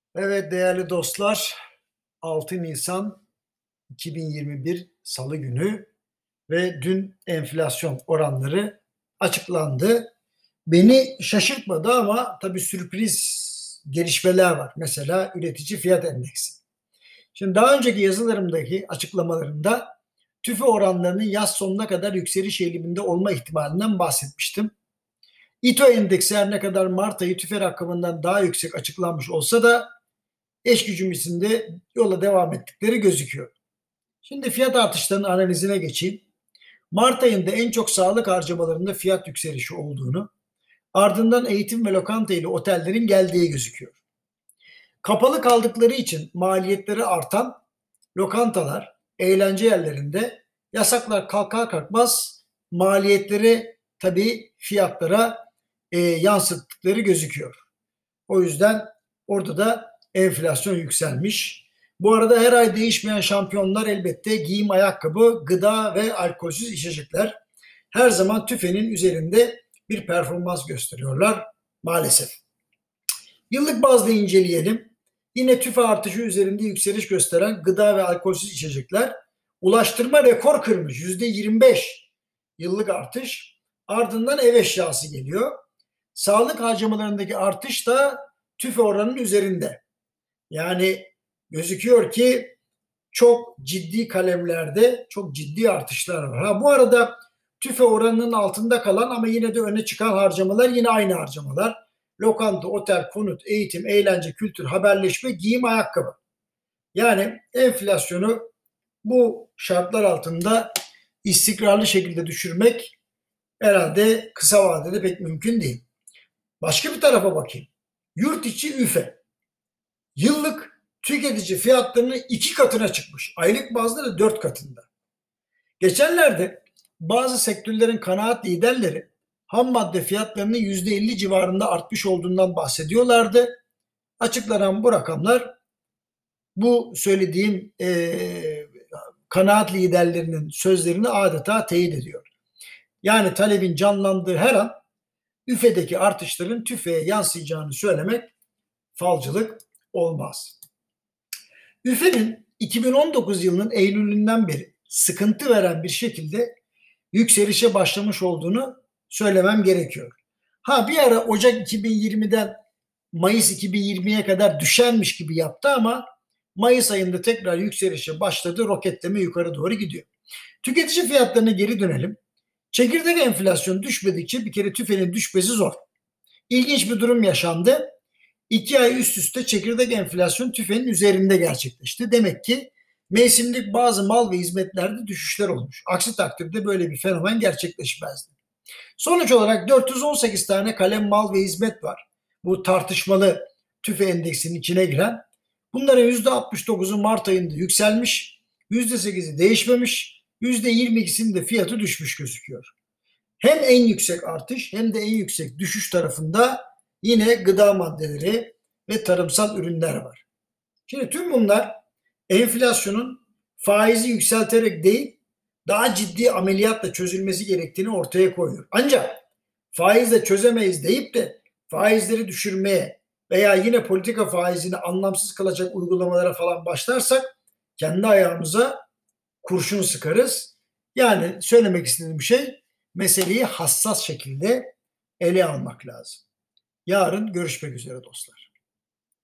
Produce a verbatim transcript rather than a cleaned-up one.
Evet değerli dostlar, altı Nisan iki bin yirmi bir Salı günü ve dün enflasyon oranları açıklandı. Beni şaşırtmadı ama tabii sürpriz gelişmeler var. Mesela üretici fiyat endeksi. Şimdi daha önceki yazılarımdaki açıklamalarımda tüfe oranlarının yaz sonuna kadar yükseliş eğiliminde olma ihtimalinden bahsetmiştim. İTO endeksi her ne kadar Mart ayı tüfe rakamından daha yüksek açıklanmış olsa da eş gücümüzün yola devam ettikleri gözüküyor. Şimdi fiyat artışlarının analizine geçeyim. Mart ayında en çok sağlık harcamalarında fiyat yükselişi olduğunu, ardından eğitim ve lokanta ile otellerin geldiği gözüküyor. Kapalı kaldıkları için maliyetleri artan lokantalar, eğlence yerlerinde yasaklar kalkar kalkmaz maliyetleri tabii fiyatlara e, yansıttıkları gözüküyor. O yüzden orada da enflasyon yükselmiş. Bu arada her ay değişmeyen şampiyonlar elbette giyim, ayakkabı, gıda ve alkolsüz içecekler. Her zaman tüfenin üzerinde bir performans gösteriyorlar maalesef. Yıllık bazda inceleyelim. Yine tüfe artışı üzerinde yükseliş gösteren gıda ve alkolsüz içecekler. Ulaştırma rekor kırmış, yüzde yirmi beş yıllık artış. Ardından ev eşyası geliyor. Sağlık harcamalarındaki artış da tüfe oranının üzerinde. Yani gözüküyor ki çok ciddi kalemlerde çok ciddi artışlar var. Ha, bu arada tüfe oranının altında kalan ama yine de öne çıkan harcamalar yine aynı harcamalar. Lokanta, otel, konut, eğitim, eğlence, kültür, haberleşme, giyim, ayakkabı. Yani enflasyonu bu şartlar altında istikrarlı şekilde düşürmek herhalde kısa vadede pek mümkün değil. Başka bir tarafa bakayım. Yurt içi üfe. Yıllık tüketici fiyatlarının iki katına çıkmış. Aylık bazda da dört katında. Geçenlerde bazı sektörlerin kanaat liderleri ham madde fiyatlarının yüzde elli civarında artmış olduğundan bahsediyorlardı. Açıklanan bu rakamlar bu söylediğim e, kanaat liderlerinin sözlerini adeta teyit ediyor. Yani talebin canlandığı her an üfedeki artışların tüfeğe yansıyacağını söylemek falcılık olmaz. Üfe'nin iki bin on dokuz yılının Eylül'ünden beri sıkıntı veren bir şekilde yükselişe başlamış olduğunu söylemem gerekiyor. Ha bir ara Ocak iki bin yirmiden Mayıs iki bin yirmiye kadar düşenmiş gibi yaptı ama Mayıs ayında tekrar yükselişe başladı, roketleme yukarı doğru gidiyor. Tüketici fiyatlarına geri dönelim. Çekirdek enflasyon düşmedikçe bir kere tüfenin düşmesi zor. İlginç bir durum yaşandı. İki ay üst üste çekirdek enflasyon tüfenin üzerinde gerçekleşti. Demek ki mevsimlik bazı mal ve hizmetlerde düşüşler olmuş. Aksi takdirde böyle bir fenomen gerçekleşmezdi. Sonuç olarak dört yüz on sekiz tane kalem mal ve hizmet var. Bu tartışmalı tüfe endeksinin içine giren. Bunların yüzde altmış dokuzu Mart ayında yükselmiş, yüzde sekizi değişmemiş, yüzde yirmi ikisinin de fiyatı düşmüş gözüküyor. Hem en yüksek artış hem de en yüksek düşüş tarafında yine gıda maddeleri ve tarımsal ürünler var. Şimdi tüm bunlar enflasyonun faizi yükselterek değil, daha ciddi ameliyatla çözülmesi gerektiğini ortaya koyuyor. Ancak faizle çözemeyiz deyip de faizleri düşürmeye veya yine politika faizini anlamsız kılacak uygulamalara falan başlarsak kendi ayağımıza kurşun sıkarız. Yani söylemek istediğim şey meseleyi hassas şekilde ele almak lazım. Yarın görüşmek üzere dostlar.